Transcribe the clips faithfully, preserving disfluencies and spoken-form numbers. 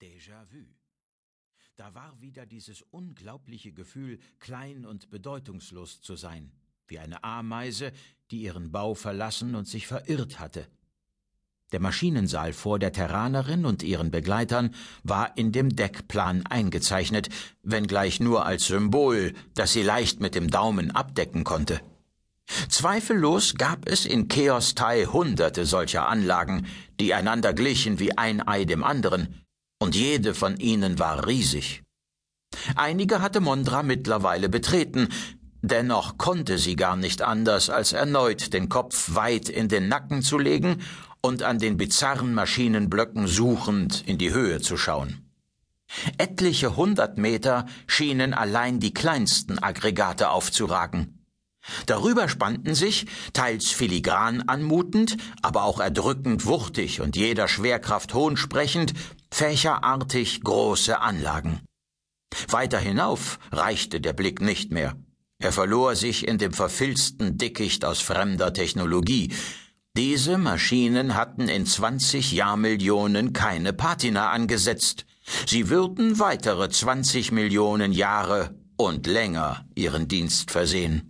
Déjà-vu. Da war wieder dieses unglaubliche Gefühl, klein und bedeutungslos zu sein, wie eine Ameise, die ihren Bau verlassen und sich verirrt hatte. Der Maschinensaal vor der Terranerin und ihren Begleitern war in dem Deckplan eingezeichnet, wenngleich nur als Symbol, das sie leicht mit dem Daumen abdecken konnte. Zweifellos gab es in Keos-Tai hunderte solcher Anlagen, die einander glichen wie ein Ei dem anderen, und jede von ihnen war riesig. Einige hatte Mondra mittlerweile betreten, dennoch konnte sie gar nicht anders, als erneut den Kopf weit in den Nacken zu legen und an den bizarren Maschinenblöcken suchend in die Höhe zu schauen. Etliche hundert Meter schienen allein die kleinsten Aggregate aufzuragen. Darüber spannten sich, teils filigran anmutend, aber auch erdrückend wuchtig und jeder Schwerkraft hohnsprechend, fächerartig große Anlagen. Weiter hinauf reichte der Blick nicht mehr. Er verlor sich in dem verfilzten Dickicht aus fremder Technologie. Diese Maschinen hatten in zwanzig Jahrmillionen keine Patina angesetzt. Sie würden weitere zwanzig Millionen Jahre und länger ihren Dienst versehen.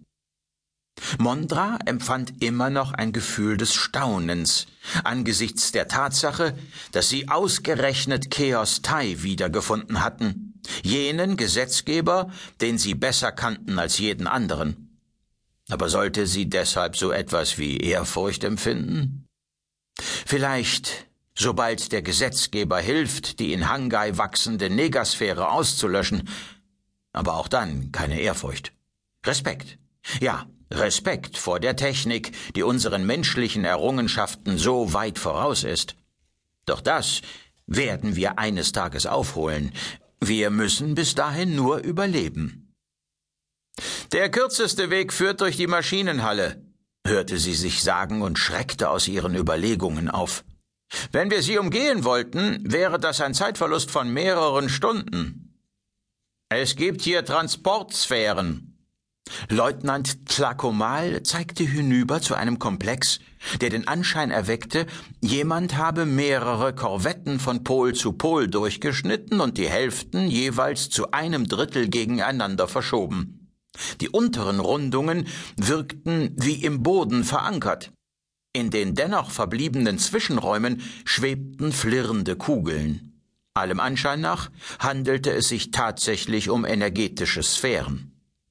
Mondra empfand immer noch ein Gefühl des Staunens angesichts der Tatsache, dass sie ausgerechnet Keos-Tai wiedergefunden hatten, jenen Gesetzgeber, den sie besser kannten als jeden anderen. Aber sollte sie deshalb so etwas wie Ehrfurcht empfinden? Vielleicht, sobald der Gesetzgeber hilft, die in Hangai wachsende Negasphäre auszulöschen, aber auch dann keine Ehrfurcht. Respekt, ja, Respekt vor der Technik, die unseren menschlichen Errungenschaften so weit voraus ist. Doch das werden wir eines Tages aufholen. Wir müssen bis dahin nur überleben. »Der kürzeste Weg führt durch die Maschinenhalle«, hörte sie sich sagen und schreckte aus ihren Überlegungen auf. »Wenn wir sie umgehen wollten, wäre das ein Zeitverlust von mehreren Stunden. Es gibt hier Transportsphären.« Leutnant Tlakomal zeigte hinüber zu einem Komplex, der den Anschein erweckte, jemand habe mehrere Korvetten von Pol zu Pol durchgeschnitten und die Hälften jeweils zu einem Drittel gegeneinander verschoben. Die unteren Rundungen wirkten wie im Boden verankert. In den dennoch verbliebenen Zwischenräumen schwebten flirrende Kugeln. Allem Anschein nach handelte es sich tatsächlich um energetische Sphären.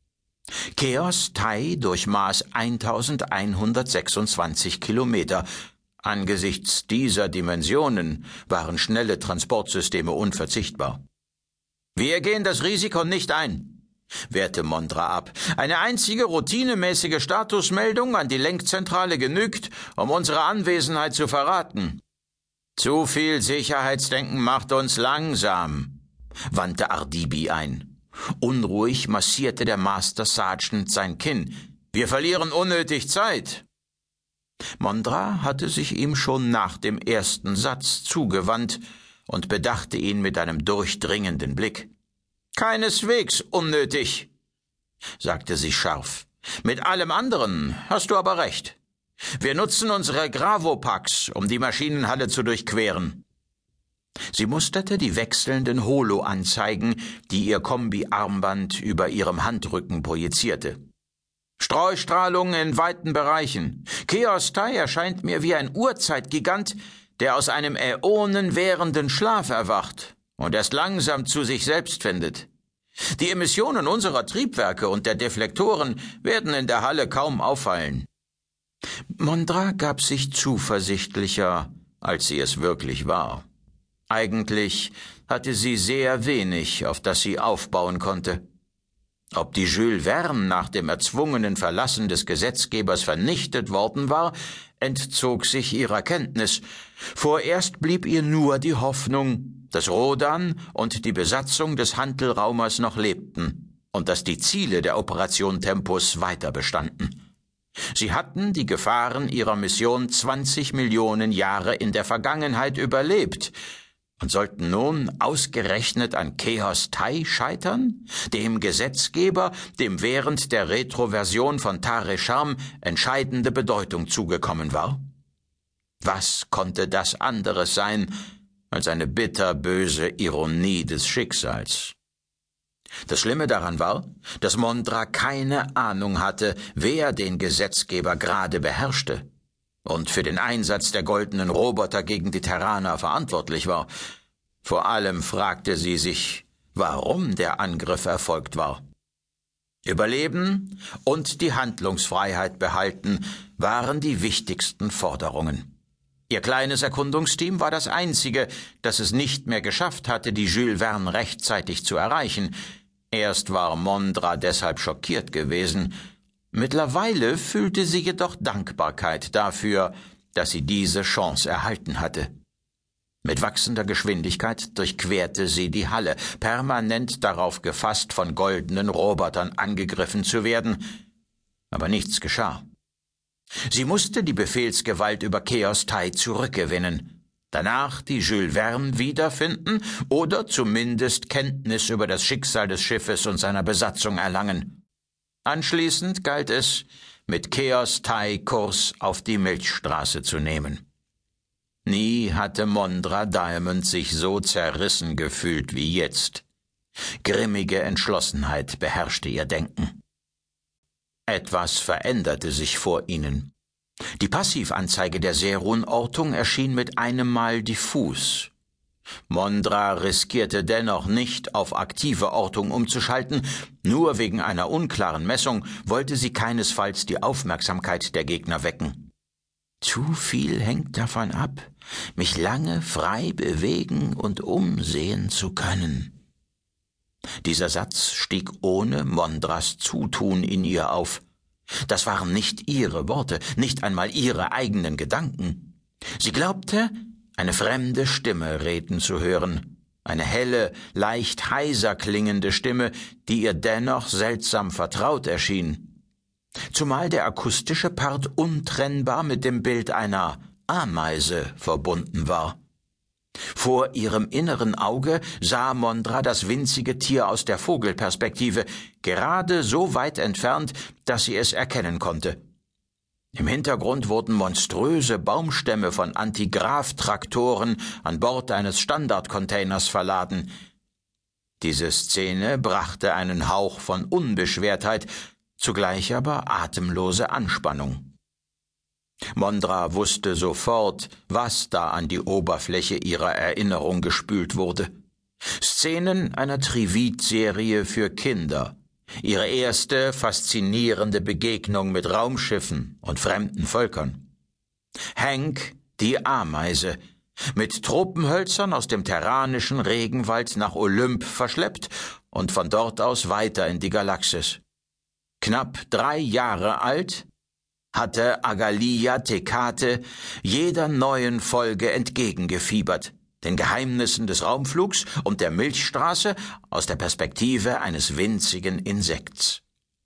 Keos-Tai durchmaß eintausendeinhundertsechsundzwanzig Kilometer. Angesichts dieser Dimensionen waren schnelle Transportsysteme unverzichtbar. »Wir gehen das Risiko nicht ein«, wehrte Mondra ab. »Eine einzige routinemäßige Statusmeldung an die Lenkzentrale genügt, um unsere Anwesenheit zu verraten.« »Zu viel Sicherheitsdenken macht uns langsam«, wandte Ardibi ein. Unruhig massierte der Master Sergeant sein Kinn. »Wir verlieren unnötig Zeit.« Mondra hatte sich ihm schon nach dem ersten Satz zugewandt und bedachte ihn mit einem durchdringenden Blick. »Keineswegs unnötig«, sagte sie scharf. »Mit allem anderen hast du aber recht. Wir nutzen unsere Gravopax, um die Maschinenhalle zu durchqueren.« Sie musterte die wechselnden Holo-Anzeigen, die ihr Kombi-Armband über ihrem Handrücken projizierte. »Streustrahlung in weiten Bereichen. Keos-Tai erscheint mir wie ein Urzeitgigant, der aus einem äonenwährenden Schlaf erwacht und erst langsam zu sich selbst findet. Die Emissionen unserer Triebwerke und der Deflektoren werden in der Halle kaum auffallen.« Mondra gab sich zuversichtlicher, als sie es wirklich war. Eigentlich hatte sie sehr wenig, auf das sie aufbauen konnte. Ob die Jules Verne nach dem erzwungenen Verlassen des Gesetzgebers vernichtet worden war, entzog sich ihrer Kenntnis. Vorerst blieb ihr nur die Hoffnung, dass Rodan und die Besatzung des Hantelraumers noch lebten und dass die Ziele der Operation Tempus weiter bestanden. Sie hatten die Gefahren ihrer Mission zwanzig Millionen Jahre in der Vergangenheit überlebt und sollten nun ausgerechnet an Keos-Tai scheitern, dem Gesetzgeber, dem während der Retroversion von Tare-Sham entscheidende Bedeutung zugekommen war? Was konnte das anderes sein als eine bitterböse Ironie des Schicksals. Das Schlimme daran war, dass Mondra keine Ahnung hatte, wer den Gesetzgeber gerade beherrschte und für den Einsatz der goldenen Roboter gegen die Terraner verantwortlich war. Vor allem fragte sie sich, warum der Angriff erfolgt war. Überleben und die Handlungsfreiheit behalten waren die wichtigsten Forderungen. Ihr kleines Erkundungsteam war das einzige, das es nicht mehr geschafft hatte, die Jules Verne rechtzeitig zu erreichen. Erst war Mondra deshalb schockiert gewesen. Mittlerweile fühlte sie jedoch Dankbarkeit dafür, dass sie diese Chance erhalten hatte. Mit wachsender Geschwindigkeit durchquerte sie die Halle, permanent darauf gefasst, von goldenen Robotern angegriffen zu werden. Aber nichts geschah. Sie musste die Befehlsgewalt über Chaos Tai zurückgewinnen, danach die Jules Verne wiederfinden oder zumindest Kenntnis über das Schicksal des Schiffes und seiner Besatzung erlangen. Anschließend galt es, mit Chaos Tai Kurs auf die Milchstraße zu nehmen. Nie hatte Mondra Diamond sich so zerrissen gefühlt wie jetzt. Grimmige Entschlossenheit beherrschte ihr Denken. Etwas veränderte sich vor ihnen. Die Passivanzeige der Serun-Ortung erschien mit einem Mal diffus. Mondra riskierte dennoch nicht, auf aktive Ortung umzuschalten. Nur wegen einer unklaren Messung wollte sie keinesfalls die Aufmerksamkeit der Gegner wecken. Zu viel hängt davon ab, mich lange frei bewegen und umsehen zu können. Dieser Satz stieg ohne Mondras Zutun in ihr auf. Das waren nicht ihre Worte, nicht einmal ihre eigenen Gedanken. Sie glaubte, eine fremde Stimme reden zu hören, eine helle, leicht heiser klingende Stimme, die ihr dennoch seltsam vertraut erschien. Zumal der akustische Part untrennbar mit dem Bild einer Ameise verbunden war. Vor ihrem inneren Auge sah Mondra das winzige Tier aus der Vogelperspektive, gerade so weit entfernt, dass sie es erkennen konnte. Im Hintergrund wurden monströse Baumstämme von Antigrav-Traktoren an Bord eines Standardcontainers verladen. Diese Szene brachte einen Hauch von Unbeschwertheit, zugleich aber atemlose Anspannung. Mondra wusste sofort, was da an die Oberfläche ihrer Erinnerung gespült wurde. Szenen einer Trivid-Serie für Kinder, ihre erste faszinierende Begegnung mit Raumschiffen und fremden Völkern. Hank, die Ameise, mit Tropenhölzern aus dem terranischen Regenwald nach Olymp verschleppt und von dort aus weiter in die Galaxis. Knapp drei Jahre alt, hatte Agalia Tecate jeder neuen Folge entgegengefiebert, den Geheimnissen des Raumflugs und der Milchstraße aus der Perspektive eines winzigen Insekts.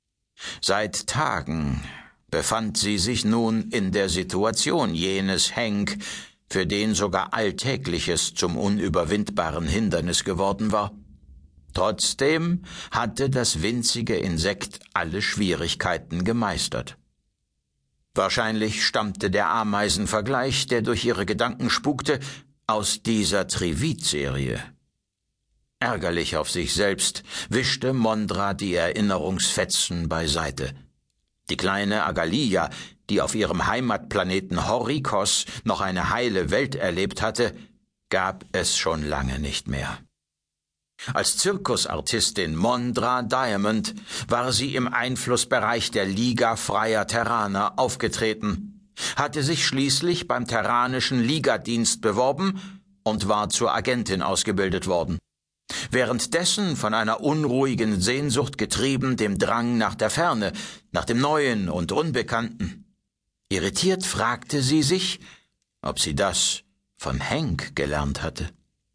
Seit Tagen befand sie sich nun in der Situation jenes Hank, für den sogar Alltägliches zum unüberwindbaren Hindernis geworden war. Trotzdem hatte das winzige Insekt alle Schwierigkeiten gemeistert. Wahrscheinlich stammte der Ameisenvergleich, der durch ihre Gedanken spukte, aus dieser Trivid-Serie. Ärgerlich auf sich selbst wischte Mondra die Erinnerungsfetzen beiseite. Die kleine Agalia, die auf ihrem Heimatplaneten Horikos noch eine heile Welt erlebt hatte, gab es schon lange nicht mehr. Als Zirkusartistin Mondra Diamond war sie im Einflussbereich der Liga Freier Terraner aufgetreten, hatte sich schließlich beim Terranischen Ligadienst beworben und war zur Agentin ausgebildet worden. Währenddessen von einer unruhigen Sehnsucht getrieben, dem Drang nach der Ferne, nach dem Neuen und Unbekannten. Irritiert fragte sie sich, ob sie das von Hank gelernt hatte.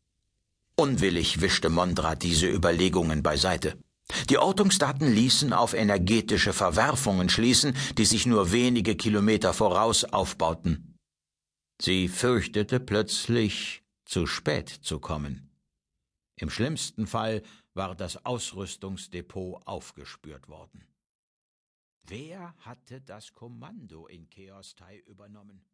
Unwillig wischte Mondra diese Überlegungen beiseite. Die Ortungsdaten ließen auf energetische Verwerfungen schließen, die sich nur wenige Kilometer voraus aufbauten. Sie fürchtete plötzlich, zu spät zu kommen. Im schlimmsten Fall war das Ausrüstungsdepot aufgespürt worden. Wer hatte das Kommando in Chaos Tai übernommen?